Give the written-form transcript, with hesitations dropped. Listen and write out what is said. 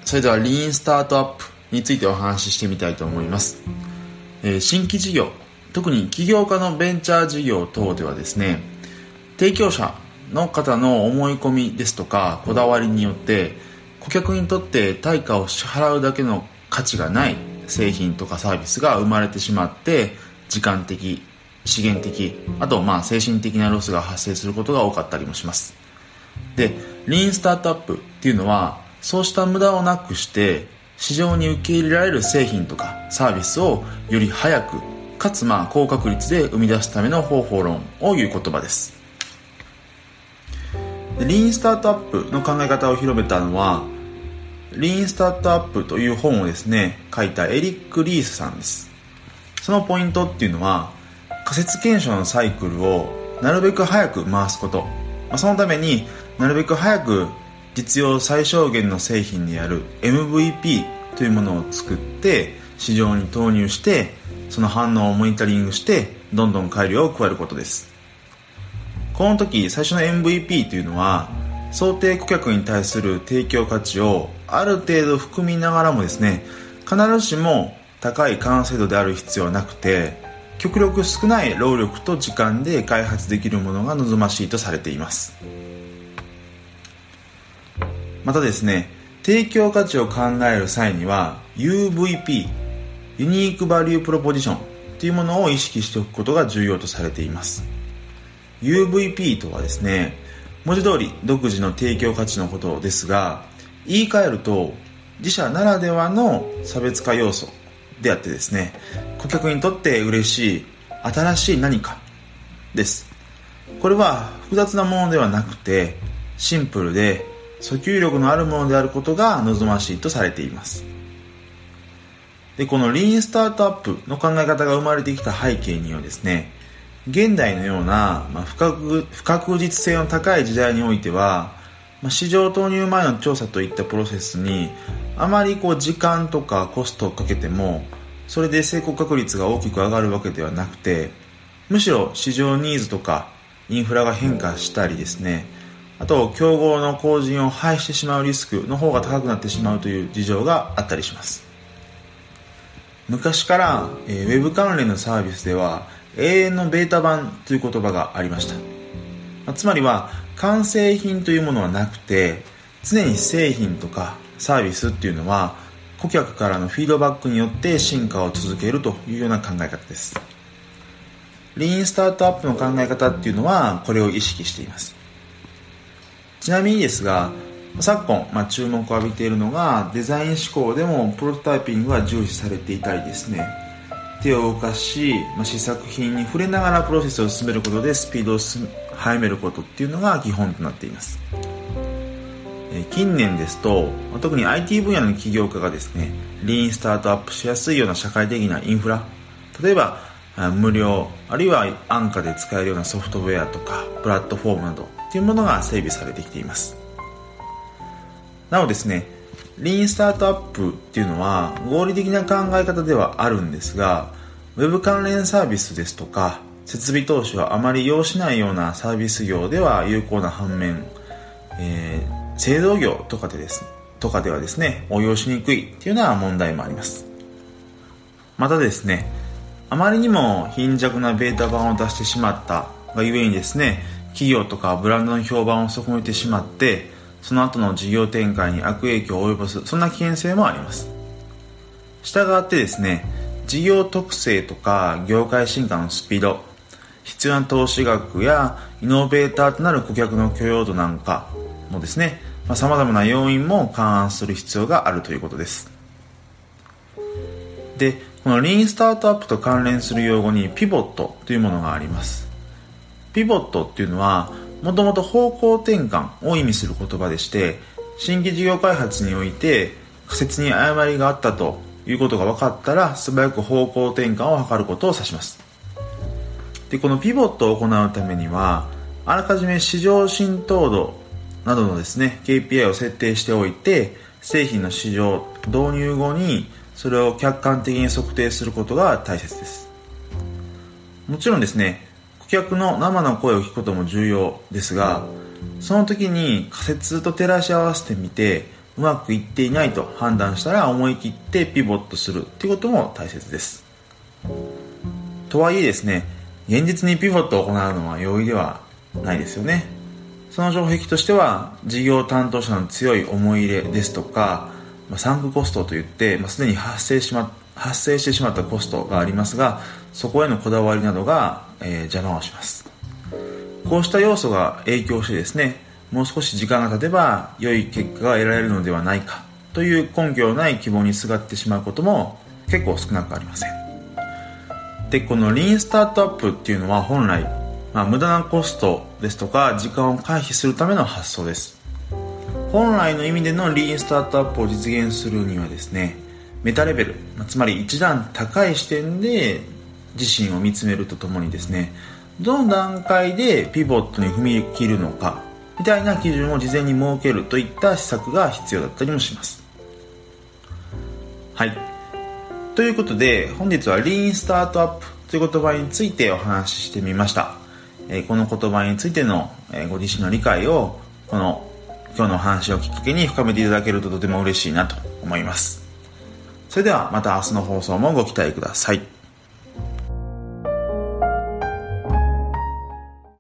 それではリーンスタートアップについてお話ししてみたいと思います。新規事業、特に起業家のベンチャー事業等ではですね、提供者の方の思い込みですとかこだわりによって顧客にとって対価を支払うだけの価値がない製品とかサービスが生まれてしまって、時間的、資源的、あと精神的なロスが発生することが多かったりもします。で、リーンスタートアップっていうのはそうした無駄をなくして市場に受け入れられる製品とかサービスをより早くかつ高確率で生み出すための方法論を言う言葉です。で、リーンスタートアップの考え方を広めたのはリーンスタートアップという本をですね書いたエリック・リースさんです。そのポイントっていうのは、仮説検証のサイクルをなるべく早く回すこと、そのためになるべく早く実用最小限の製品である MVP というものを作って市場に投入して、その反応をモニタリングしてどんどん改良を加えることです。この時最初の MVP というのは想定顧客に対する提供価値をある程度含みながらもですね、必ずしも高い完成度である必要はなくて、極力少ない労力と時間で開発できるものが望ましいとされています。またですね、提供価値を考える際には UVP、ユニークバリュープロポジションというものを意識しておくことが重要とされています。 UVP とはですね、文字通り独自の提供価値のことですが、言い換えると自社ならではの差別化要素であってですね、顧客にとって嬉しい新しい何かです。これは複雑なものではなくてシンプルで訴求力のあるものであることが望ましいとされています。で、このリーンスタートアップの考え方が生まれてきた背景にはですね、現代のような不確実性の高い時代においては、市場投入前の調査といったプロセスにあまり時間とかコストをかけてもそれで成功確率が大きく上がるわけではなくて、むしろ市場ニーズとかインフラが変化したりですね、あと競合の後陣を排してしまうリスクの方が高くなってしまうという事情があったりします。昔から、ウェブ関連のサービスでは永遠のベータ版という言葉がありました。つまりは完成品というものはなくて、常に製品とかサービスっていうのは顧客からのフィードバックによって進化を続けるというような考え方です。リーンスタートアップの考え方っていうのはこれを意識しています。ちなみにですが、昨今、注目を浴びているのがデザイン思考でもプロトタイピングが重視されていたりですね、手を動かし、試作品に触れながらプロセスを進めることでスピードを速めることっていうのが基本となっています。近年ですと特に IT 分野の起業家がですね、リーンスタートアップしやすいような社会的なインフラ、例えば無料あるいは安価で使えるようなソフトウェアとかプラットフォームなどというものが整備されてきています。なおですね、リーンスタートアップっていうのは合理的な考え方ではあるんですが、ウェブ関連サービスですとか設備投資はあまり要しないようなサービス業では有効な反面、製造業とかではですね応用しにくいというような問題もあります。またですね、あまりにも貧弱なベータ版を出してしまったがゆえにですね、企業とかブランドの評判を損ねてしまってその後の事業展開に悪影響を及ぼす、そんな危険性もあります。したがってですね、事業特性とか業界進化のスピード、必要な投資額やイノベーターとなる顧客の許容度なんかもですね、様々な要因も勘案する必要があるということです。で、このリーンスタートアップと関連する用語にピボットというものがあります。ピボットっていうのはもともと方向転換を意味する言葉でして、新規事業開発において仮説に誤りがあったということが分かったら素早く方向転換を図ることを指します。で、このピボットを行うためにはあらかじめ市場浸透度などのですね KPI を設定しておいて、製品の市場導入後にそれを客観的に測定することが大切です。もちろんですね、顧客の生の声を聞くことも重要ですが、その時に仮説と照らし合わせてみてうまくいっていないと判断したら思い切ってピボットするっていうことも大切です。とはいえですね、現実にピボットを行うのは容易ではないですよね。その障壁としては、事業担当者の強い思い入れですとか、サンクコストといって、すでに発生してしまったコストがありますが、そこへのこだわりなどが、邪魔をします。こうした要素が影響してですね、もう少し時間が経てば良い結果が得られるのではないかという根拠のない希望にすがってしまうことも結構少なくありません。で、このリーンスタートアップっていうのは本来、無駄なコストですとか時間を回避するための発想です。本来の意味でのリーンスタートアップを実現するにはですね、メタレベル、つまり一段高い視点で自身を見つめるとともにですね、どの段階でピボットに踏み切るのかみたいな基準を事前に設けるといった施策が必要だったりもします。はい。ということで、本日はリーンスタートアップという言葉についてお話ししてみました。この言葉についてのご自身の理解を今日のお話をきっかけに深めていただけるととても嬉しいなと思います。それではまた明日の放送もご期待ください。